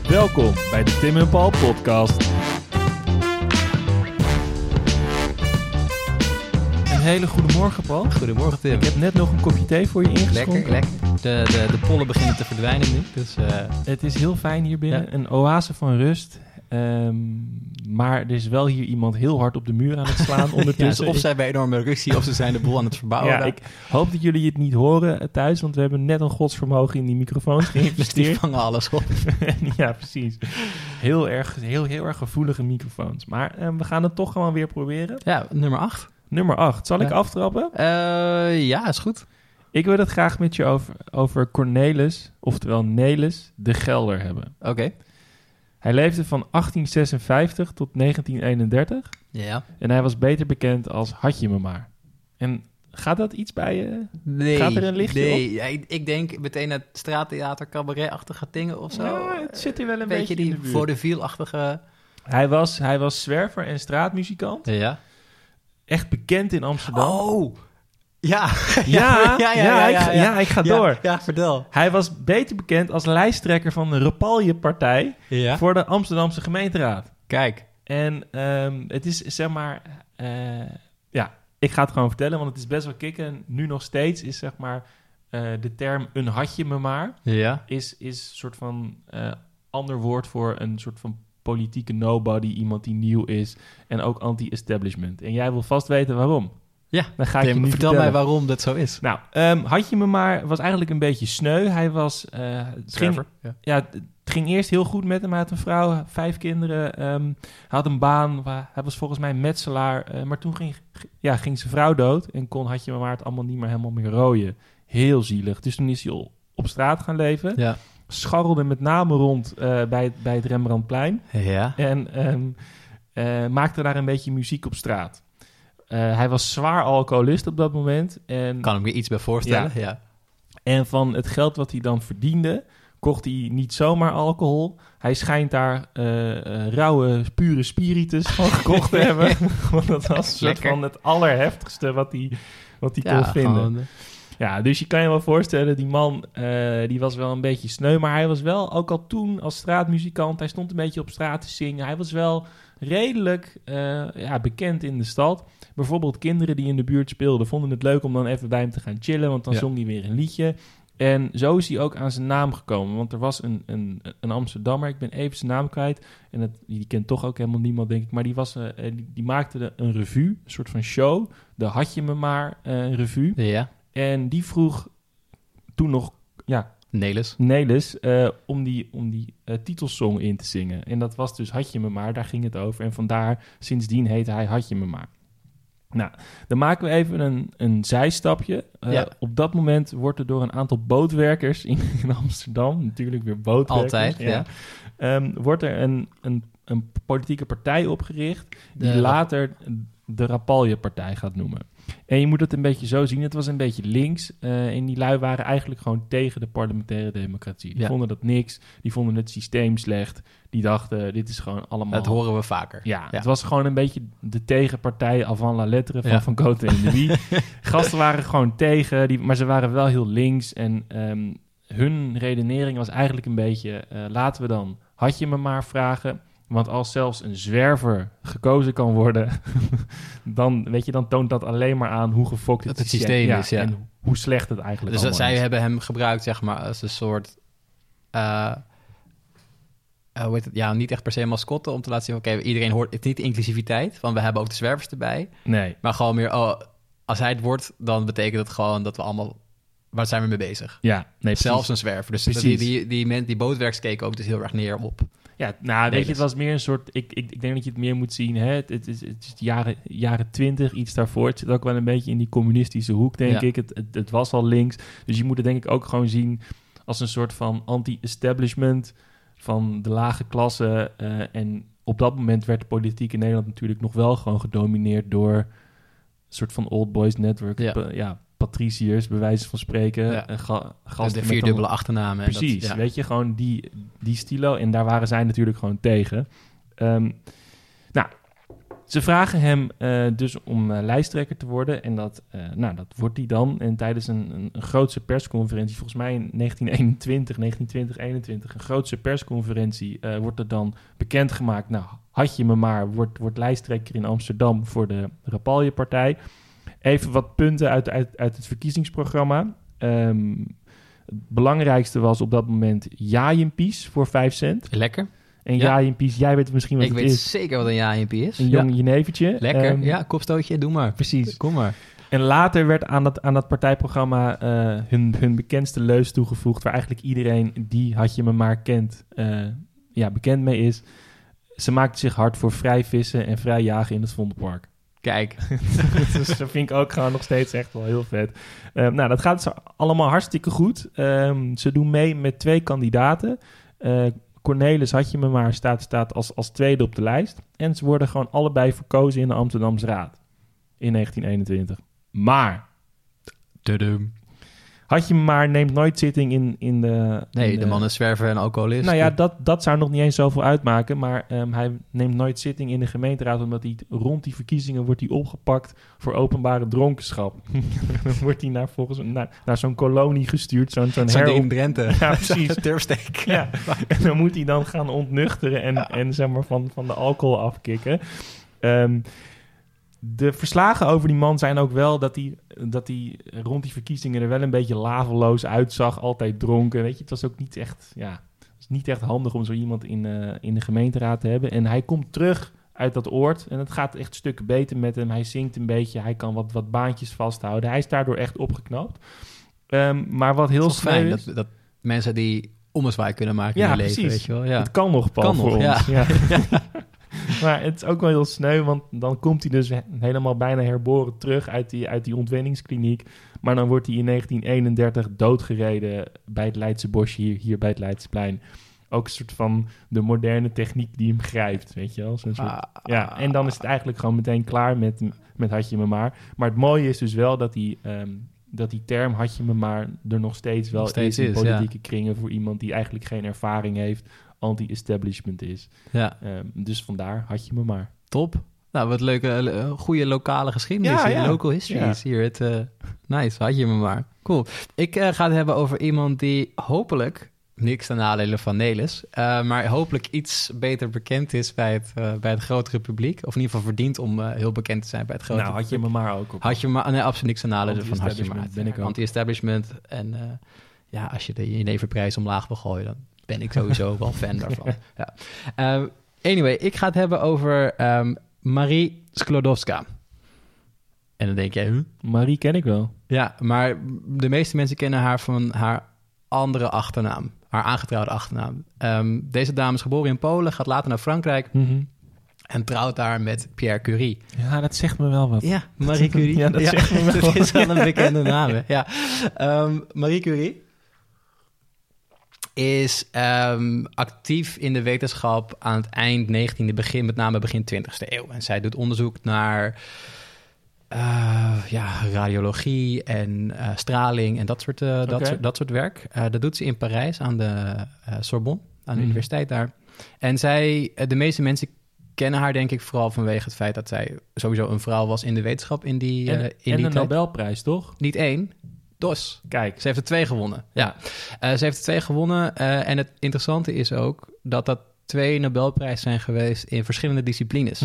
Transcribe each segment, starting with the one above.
Welkom bij de Tim en Paul podcast. Een hele goede morgen, Paul. Goedemorgen, Tim. Ik heb net nog een kopje thee voor je ingeschonken. Lekker. De pollen beginnen te verdwijnen nu. Dus, Het is heel fijn hier binnen. Ja. Een oase van rust. Maar er is wel hier iemand heel hard op de muur aan het slaan ondertussen. of zij bij enorme ruzie of ze zijn de boel aan het verbouwen. Ja, ik hoop dat jullie het niet horen thuis, want we hebben net een godsvermogen in die microfoons Dus die geïnvesteerd. vangen alles op. Ja, precies. Heel erg gevoelige microfoons. Maar we gaan het toch gewoon weer proberen. Ja, nummer 8. Nummer 8. Zal ik aftrappen? Ja, is goed. Ik wil het graag met je over Cornelis, oftewel Nelis de Gelder hebben. Oké. Hij leefde van 1856 tot 1931 Ja. en hij was beter bekend als Hadje me maar. En gaat dat iets bij je? Nee. Gaat er een lichtje nee. Ja, ik denk meteen het straattheater, cabaret-achtige dingen of zo. Ja, het zit hier wel een beetje in die de buurt. vaudeville-achtige... Hij was zwerver en straatmuzikant. Ja. Echt bekend in Amsterdam. Oh! Ja. Ik ga door. Ja, vertel. Hij was beter bekend als lijsttrekker van de Repalje-partij Ja. voor de Amsterdamse gemeenteraad. Kijk. En het is, zeg maar... ik ga het gewoon vertellen, want het is best wel kicken. Nu nog steeds is, zeg maar, de term een hadje me maar... Ja. is een soort van ander woord voor een soort van politieke nobody. Iemand die nieuw is en ook anti-establishment. En jij wil vast weten waarom. Ja, Dan ga ik je Tim, nu vertel vertellen. mij waarom dat zo is. Nou, Hadje me maar was eigenlijk een beetje sneu. Hij was... Zwerver. Het ging eerst heel goed met hem. Hij had een vrouw, 5 kinderen. Hij had een baan. Hij was volgens mij metselaar. Maar toen ging zijn vrouw dood. En kon Hadje me maar het allemaal niet meer helemaal meer rooien. Heel zielig. Dus toen is hij op straat gaan leven. Ja. Scharrelde met name rond bij het Rembrandtplein. Ja. En maakte daar een beetje muziek op straat. Hij was zwaar alcoholist op dat moment. En Kan ik me iets bij voorstellen. Ja. En van het geld wat hij dan verdiende, kocht hij niet zomaar alcohol. Hij schijnt daar rauwe, pure spiritus van gekocht te hebben. Want dat was een soort van het allerheftigste wat hij kon vinden. Gewoon, Ja, dus je kan je wel voorstellen, die man die was wel een beetje sneu. Maar hij was wel, ook al toen als straatmuzikant, hij stond een beetje op straat te zingen. Hij was wel redelijk bekend in de stad. Bijvoorbeeld kinderen die in de buurt speelden, vonden het leuk om dan even bij hem te gaan chillen. Want dan zong hij weer een liedje. En zo is hij ook aan zijn naam gekomen. Want er was een Amsterdammer, ik ben even zijn naam kwijt. En die kent toch ook helemaal niemand, denk ik. Maar die maakte een revue, een soort van show. De Hadje me maar revue. Ja. En die vroeg toen nog Nelis. om die titelsong in te zingen. En dat was dus Hadje me maar, daar ging het over. En vandaar, sindsdien heette hij Hadje me maar. Nou, dan maken we even een zijstapje. Op dat moment wordt er door een aantal bootwerkers in Amsterdam, natuurlijk weer bootwerkers. Altijd, wordt er een politieke partij opgericht die De later de Rapalje-partij gaat noemen. En je moet het een beetje zo zien. Het was een beetje links. En die lui waren eigenlijk gewoon tegen de parlementaire democratie. Die vonden dat niks. Die vonden het systeem slecht. Die dachten, dit is gewoon allemaal... Dat horen we vaker. Ja, het was gewoon een beetje de tegenpartij avant la lettre van Van Cote en de Wie. Gasten waren gewoon tegen, maar ze waren wel heel links. En hun redenering was eigenlijk een beetje... laten we dan Hadje me maar vragen... Want als zelfs een zwerver gekozen kan worden, dan toont dat alleen maar aan hoe gefokt het systeem is. Ja. En hoe slecht het eigenlijk dus allemaal zij is. hebben hem gebruikt, zeg maar, als een soort... hoe heet het? Ja, niet echt per se mascotte, om te laten zien... Oké, iedereen hoort... Het is niet de inclusiviteit, want we hebben ook de zwervers erbij. Nee. Maar gewoon meer, als hij het wordt, dan betekent het gewoon dat we allemaal... Waar zijn we mee bezig? Ja, nee, zelfs een zwerver. Dus die bootwerkers keken ook dus heel erg neer op... Ja, nou, weet je, het was meer een soort... Ik denk dat je het meer moet zien, hè? Het is jaren 20, iets daarvoor. Het zit ook wel een beetje in die communistische hoek, denk ik. Het was al links. Dus je moet het denk ik ook gewoon zien als een soort van anti-establishment van de lage klasse. En op dat moment werd de politiek in Nederland natuurlijk nog wel gewoon gedomineerd door een soort van old boys network. Patriciërs, bij wijze van spreken. Gasten de vierdubbele achternamen. Precies, weet je, gewoon die stilo. En daar waren zij natuurlijk gewoon tegen. Ze vragen hem dus om lijsttrekker te worden. En dat wordt hij dan. En tijdens een grootse persconferentie, volgens mij in 1921, een grootse persconferentie, wordt er dan bekendgemaakt. Nou, had je me maar, wordt lijsttrekker in Amsterdam voor de Rapalje-partij. Even wat punten uit het verkiezingsprogramma. Het belangrijkste was op dat moment Jaaienpies voor 5 cent. Lekker. En Jaaienpies, jij weet misschien wat het is. Ik weet zeker wat een Jaaienpies is. Een jong jenevertje. Lekker, kopstootje, doe maar. Precies. Kom maar. En later werd aan dat partijprogramma hun bekendste leus toegevoegd, waar eigenlijk iedereen die had je me maar kent, bekend mee is. Ze maakte zich hard voor vrij vissen en vrij jagen in het Vondelpark. Kijk. Dus dat vind ik ook gewoon nog steeds echt wel heel vet. Dat gaat dus allemaal hartstikke goed. Ze doen mee met 2 kandidaten. Cornelis had je me maar staat als tweede op de lijst. En ze worden gewoon allebei verkozen in de Amsterdamse Raad in 1921. Maar had je me maar neemt nooit zitting in de... Nee, de man is zwerver en alcoholist. Nou ja, dat zou nog niet eens zoveel uitmaken. Maar hij neemt nooit zitting in de gemeenteraad, omdat hij rond die verkiezingen wordt hij opgepakt voor openbare dronkenschap. Dan wordt hij naar zo'n kolonie gestuurd. Zo'n in Drenthe. Ja, precies. Turfsteek. Ja. En dan moet hij dan gaan ontnuchteren en zeg maar van de alcohol afkicken. De verslagen over die man zijn ook wel dat hij rond die verkiezingen er wel een beetje laveloos uitzag. Altijd dronken. Weet je, het was ook niet echt, het is niet echt handig om zo iemand in de gemeenteraad te hebben. En hij komt terug uit dat oord en het gaat echt stukken beter met hem. Hij zingt een beetje, hij kan wat baantjes vasthouden. Hij is daardoor echt opgeknapt. Maar wat heel snel is... Dat mensen die ommezwaai kunnen maken in hun leven, weet je wel. Ja. Het kan nog, Paul, voor ons. Ja. Maar het is ook wel heel sneu, want dan komt hij dus helemaal bijna herboren terug uit die ontwenningskliniek. Maar dan wordt hij in 1931 doodgereden bij het Leidse Bosje, hier bij het Leidseplein. Ook een soort van de moderne techniek die hem grijpt, weet je wel. Zo'n soort, en dan is het eigenlijk gewoon meteen klaar met had je me maar. Maar het mooie is dus wel dat die term had je me maar er nog steeds wel is in politieke kringen voor iemand die eigenlijk geen ervaring heeft, anti-establishment is. Ja. Dus vandaar had je me maar. Top. Nou, wat leuke, goede lokale geschiedenis. Local history is hier. Nice, had je me maar. Cool. Ik ga het hebben over iemand die hopelijk, niks ten nadele van Nelis, maar hopelijk iets beter bekend is bij het grotere publiek. Of in ieder geval verdient om heel bekend te zijn bij het grotere publiek. Had je me maar ook op. Had je maar, nee, absoluut niks ten nadele van had je maar. Ben ik ook. Anti-establishment. En als je de jeneverprijs omlaag wil gooien, dan ben ik sowieso wel fan daarvan. Ja. Anyway, ik ga het hebben over Marie Sklodowska. En dan denk jij, Marie ken ik wel. Ja, maar de meeste mensen kennen haar van haar andere achternaam. Haar aangetrouwde achternaam. Deze dame is geboren in Polen, gaat later naar Frankrijk en trouwt daar met Pierre Curie. Ja, dat zegt me wel wat. Ja, Marie Curie. Ja, dat zegt me wel wat. Dat is wel een bekende naam. Hè? Ja. Marie Curie is actief in de wetenschap aan het eind 19e, met name begin 20e eeuw. En zij doet onderzoek naar radiologie en straling en dat soort werk. Dat doet ze in Parijs aan de Sorbonne, aan de universiteit daar. En de meeste mensen kennen haar denk ik vooral vanwege het feit dat zij sowieso een vrouw was in de wetenschap in die tijd. En een Nobelprijs, toch? Niet 1. DOS. Kijk. Ze heeft er 2 gewonnen. Ja. Ze heeft er 2 gewonnen. En het interessante is ook dat 2 Nobelprijzen zijn geweest in verschillende disciplines.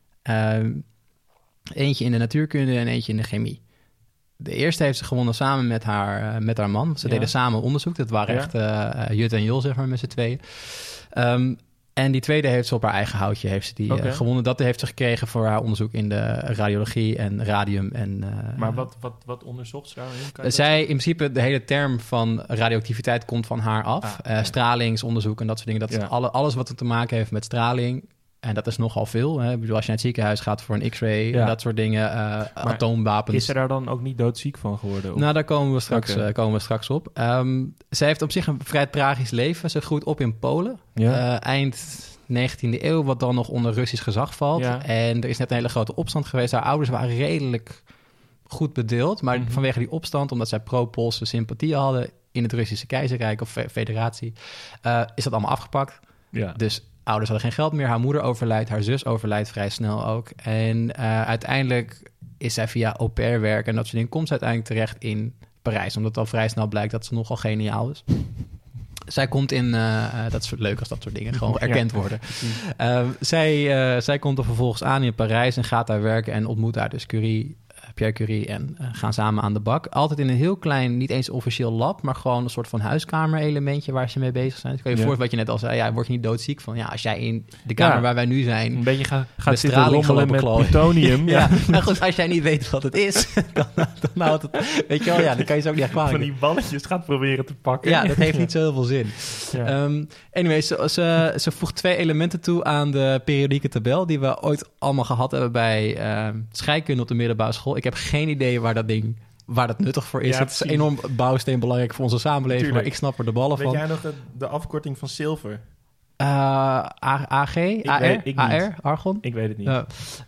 Eentje in de natuurkunde en eentje in de chemie. De eerste heeft ze gewonnen samen met haar man. Ze deden samen onderzoek. Dat waren echt Jut en Jol, zeg maar, met z'n tweeën. En die tweede heeft ze op haar eigen houtje gewonnen. Dat heeft ze gekregen voor haar onderzoek in de radiologie en radium. Maar wat onderzocht ze? Zij, in principe, de hele term van radioactiviteit komt van haar af. Stralingsonderzoek en dat soort dingen. Dat is alles wat te maken heeft met straling. En dat is nogal veel. Hè? Ik bedoel, als je naar het ziekenhuis gaat voor een x-ray en dat soort dingen, atoomwapens. Is ze daar dan ook niet doodziek van geworden? Nou, daar komen we straks op. Zij heeft op zich een vrij tragisch leven. Ze groeit op in Polen. Ja. Eind 19e eeuw, wat dan nog onder Russisch gezag valt. Ja. En er is net een hele grote opstand geweest. Haar ouders waren redelijk goed bedeeld. Maar vanwege die opstand, omdat zij pro-Poolse sympathieën hadden in het Russische keizerrijk of federatie, is dat allemaal afgepakt. Ja. Dus ouders hadden geen geld meer. Haar moeder overlijdt, haar zus overlijdt vrij snel ook. En uiteindelijk is zij via au pair werk en dat soort dingen... komt ze uiteindelijk terecht in Parijs. Omdat al vrij snel blijkt dat ze nogal geniaal is. Zij komt in... dat is leuk als dat soort dingen gewoon erkend worden. Zij komt er vervolgens aan in Parijs en gaat daar werken... en ontmoet daar dus Pierre Curie en gaan samen aan de bak. Altijd in een heel klein, niet eens officieel lab... maar gewoon een soort van huiskamer-elementje waar ze mee bezig zijn. Dus kan je voor wat je net al zei, word je niet doodziek van... als jij in de kamer waar wij nu zijn... een beetje gaat zitten rommelen met plutonium. Maar goed, als jij niet weet wat het is... dan houdt het... Weet je wel, dan kan je ze ook niet echt kwalijk. Van die balletjes gaat proberen te pakken. Ja, dat heeft niet zo heel veel zin. Ja. Anyway, ze voegt 2 elementen toe aan de periodieke tabel... die we ooit allemaal gehad hebben bij scheikunde op de middelbare school. Ik heb geen idee waar dat nuttig voor is. Het is een enorm bouwsteen belangrijk voor onze samenleving... Tuurlijk. Maar ik snap er de ballen van. Weet jij nog de afkorting van zilver? AG? AR? Argon? Ik weet het niet.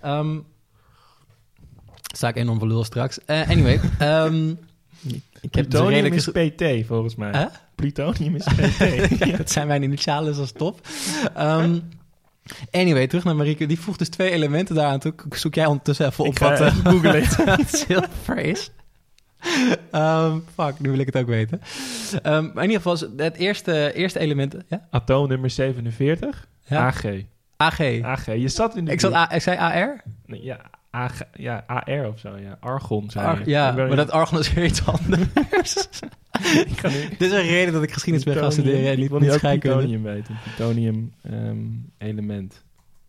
Sta ik enorm voor lul straks. Anyway. Plutonium is PT, volgens mij. Plutonium is PT. Ja, dat zijn mijn initialen, dat is top. Anyway, terug naar Marieke. Die voegt dus 2 elementen daaraan toe. Zoek jij ondertussen even op wat zilver is. Nu wil ik het ook weten. Maar in ieder geval, het eerste element... Ja? Atoomnummer 47. Ja? AG. Je zat in de... Ik zei AR? Nee, ja, AR of zo, ja. Argon, zei je. Maar dat argon is weer iets anders. Dit is een reden dat ik geschiedenis ben gaan studeren en niet scheikunde. Plutonium weten. Plutonium element.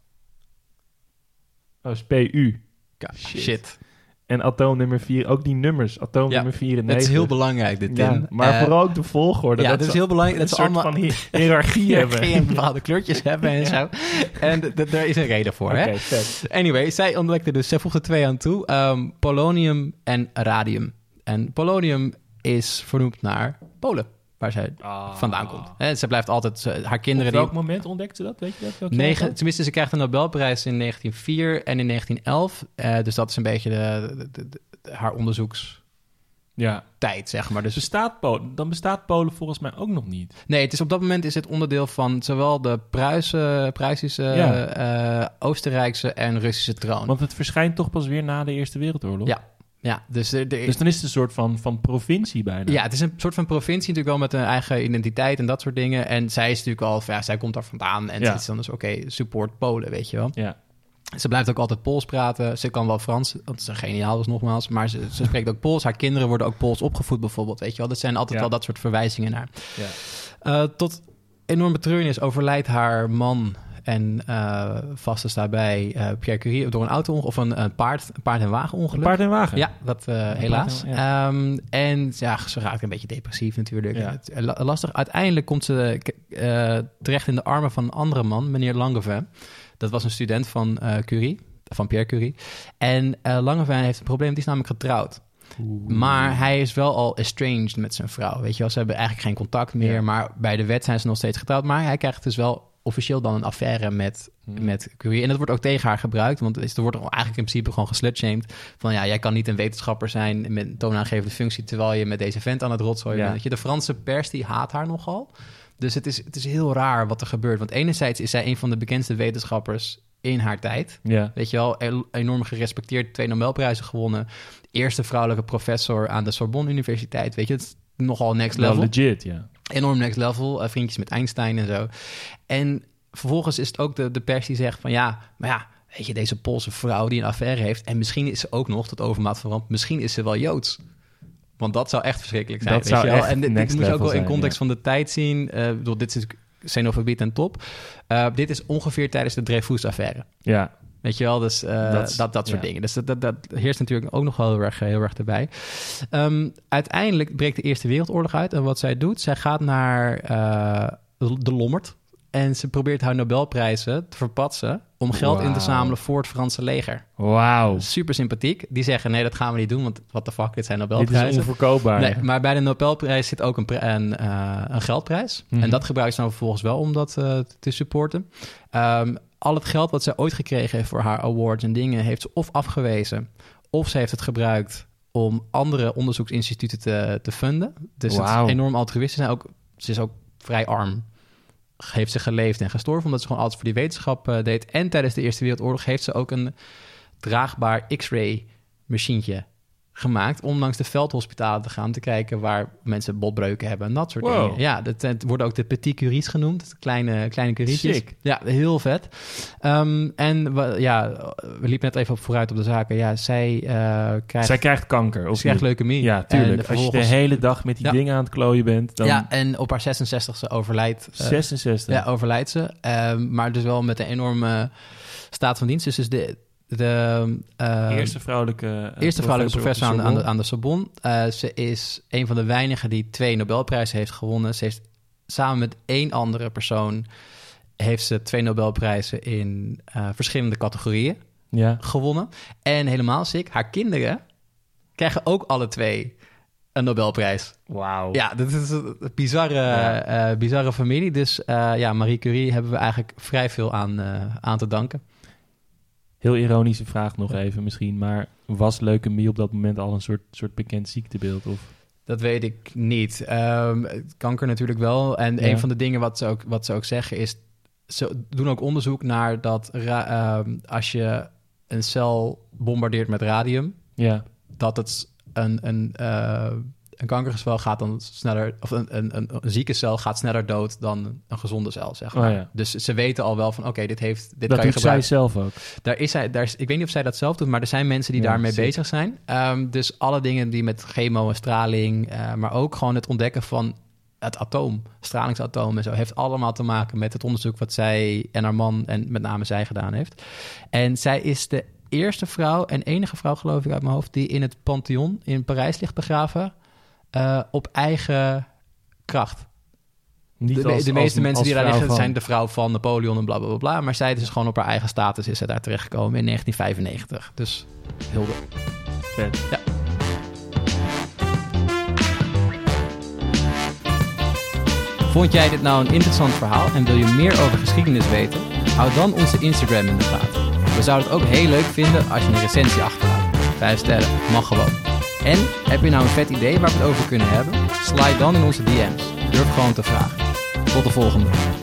Oh, is PU. Shit. En atoomnummer 4, ook die nummers. Atoomnummer 94. Het is heel belangrijk, dit ding. Maar vooral ook de volgorde. Ja, dat is heel belangrijk. Dat ze allemaal van hiërarchie hebben. En bepaalde kleurtjes hebben en zo. En daar is een reden voor. Okay, vet. Anyway, zij ontdekte dus, zij voegde 2 aan toe. Polonium en radium. En polonium is vernoemd naar Polen, waar zij vandaan komt. Ze blijft altijd... haar kinderen... Op welk moment ontdekte ze dat? Weet je dat? Tenminste, ze krijgt de Nobelprijs in 1904 en in 1911. Dus dat is een beetje haar onderzoekstijd, zeg maar. Dus dan bestaat Polen volgens mij ook nog niet. Nee, op dat moment is het onderdeel van zowel de Pruisische, Oostenrijkse en Russische troon. Want het verschijnt toch pas weer na de Eerste Wereldoorlog? Ja, dus dan is het een soort van provincie bijna. Ja, het is een soort van provincie natuurlijk wel met een eigen identiteit en dat soort dingen. En zij is natuurlijk al, zij komt daar vandaan en ze is dan dus support Polen, weet je wel. Ja. Ze blijft ook altijd Pools praten. Ze kan wel Frans, want ze geniaal is nogmaals. Maar ze spreekt ook Pools. Haar kinderen worden ook Pools opgevoed bijvoorbeeld, weet je wel. Dat zijn altijd wel dat soort verwijzingen naar. Ja. Tot enorme treurnis overlijdt haar man... En vast is daarbij Pierre Curie door een auto-ongeluk of een paard en wagenongeluk. Een paard en wagen? Ja, dat helaas. En ze raakt een beetje depressief natuurlijk. Ja. Lastig. Uiteindelijk komt ze terecht in de armen van een andere man, meneer Langevin. Dat was een student van Pierre Curie. En Langevin heeft een probleem, die is namelijk getrouwd. Maar hij is wel al estranged met zijn vrouw. Weet je wel, ze hebben eigenlijk geen contact meer. Ja. Maar bij de wet zijn ze nog steeds getrouwd. Maar hij krijgt dus wel officieel dan een affaire met Curie. En dat wordt ook tegen haar gebruikt. Want er wordt eigenlijk in principe gewoon geslutshamed. Van jij kan niet een wetenschapper zijn met een toonaangevende functie... terwijl je met deze vent aan het rotzooien bent. De Franse pers die haat haar nogal. Dus het is heel raar wat er gebeurt. Want enerzijds is zij een van de bekendste wetenschappers in haar tijd. Ja. Weet je wel, enorm gerespecteerd, 2 Nobelprijzen gewonnen. Eerste vrouwelijke professor aan de Sorbonne Universiteit. Weet je, het is nogal next level. Wel legit, ja. Enorm next level, vriendjes met Einstein en zo. En vervolgens is het ook de pers die zegt van weet je, deze Poolse vrouw die een affaire heeft... en misschien is ze ook nog, tot overmaat van ramp, misschien is ze wel Joods. Want dat zou echt verschrikkelijk zijn. Dat zou echt en dit moet je ook wel in context zijn, van de tijd zien. Dit is xenofobiet en top. Dit is ongeveer tijdens de Dreyfus-affaire. Ja. Weet je wel, dus dat soort dingen. Dus dat heerst natuurlijk ook nog wel heel erg erbij. Uiteindelijk breekt de Eerste Wereldoorlog uit. En wat zij doet, zij gaat naar de Lommerd. En ze probeert haar Nobelprijzen te verpatsen... om geld in te zamelen voor het Franse leger. Wauw. Super sympathiek. Die zeggen, nee, dat gaan we niet doen... want what the fuck, dit zijn Nobelprijzen. Dit is onverkoopbaar. Nee, maar bij de Nobelprijs zit ook een geldprijs. Mm-hmm. En dat gebruikt ze dan vervolgens wel om dat te supporten. Al het geld wat ze ooit gekregen heeft voor haar awards en dingen... heeft ze of afgewezen... of ze heeft het gebruikt om andere onderzoeksinstituten te funden. Dus het is enorm altruïstisch. Ze is ook vrij arm... heeft ze geleefd en gestorven, omdat ze gewoon alles voor die wetenschap deed. En tijdens de Eerste Wereldoorlog heeft ze ook een draagbaar X-ray machientje gemaakt om langs de veldhospitalen te gaan, te kijken waar mensen botbreuken hebben en dat soort dingen. Ja, het worden ook de petit curies genoemd, kleine curietjes. Sick. Ja, heel vet. We liepen net even vooruit op de zaken. Ja, zij krijgt kanker. Of ze krijgt leukemie. Ja, tuurlijk. Als je de hele dag met die dingen aan het klooien bent, dan... Ja, en op haar 66e overlijdt... 66? Ja, overlijdt ze. Maar dus wel met een enorme staat van dienst. Dus de eerste vrouwelijke professor aan de Sorbonne. Ze is een van de weinigen die 2 Nobelprijzen heeft gewonnen. Ze heeft samen met 1 andere persoon heeft ze 2 Nobelprijzen in verschillende categorieën gewonnen. En helemaal sick, haar kinderen krijgen ook alle 2 een Nobelprijs. Wauw. Ja, dat is een bizarre familie. Dus Marie Curie hebben we eigenlijk vrij veel aan te danken. Heel ironische vraag nog even misschien, maar was leukemie op dat moment al een soort bekend ziektebeeld? Of? Dat weet ik niet. Kanker natuurlijk wel. En een van de dingen wat ze ook zeggen is, ze doen ook onderzoek naar dat als je een cel bombardeert met radium, dat het een kankergezwel gaat dan sneller, of een zieke cel gaat sneller dood dan een gezonde cel, zeg maar. Oh ja. Dus ze weten al wel van, oké, dit dat kan je gebruiken. Dat doet zij zelf ook. Ik weet niet of zij dat zelf doet, maar er zijn mensen die daarmee bezig zijn. Dus alle dingen die met chemo en straling, maar ook gewoon het ontdekken van het atoom, stralingsatoom en zo, heeft allemaal te maken met het onderzoek wat zij en haar man en met name zij gedaan heeft. En zij is de eerste vrouw en enige vrouw, geloof ik uit mijn hoofd, die in het Pantheon in Parijs ligt begraven. Op eigen kracht. De meeste mensen die daar liggen zijn de vrouw van Napoleon en blablabla. Maar zij is dus gewoon op haar eigen status is zij daar terechtgekomen in 1995. Dus heel vet. Ja. Vond jij dit nou een interessant verhaal en wil je meer over geschiedenis weten? Hou dan onze Instagram in de gaten. We zouden het ook heel leuk vinden als je een recensie achterlaat. 5 sterren, mag gewoon. En heb je nou een vet idee waar we het over kunnen hebben? Slide dan in onze DM's. Durf gewoon te vragen. Tot de volgende.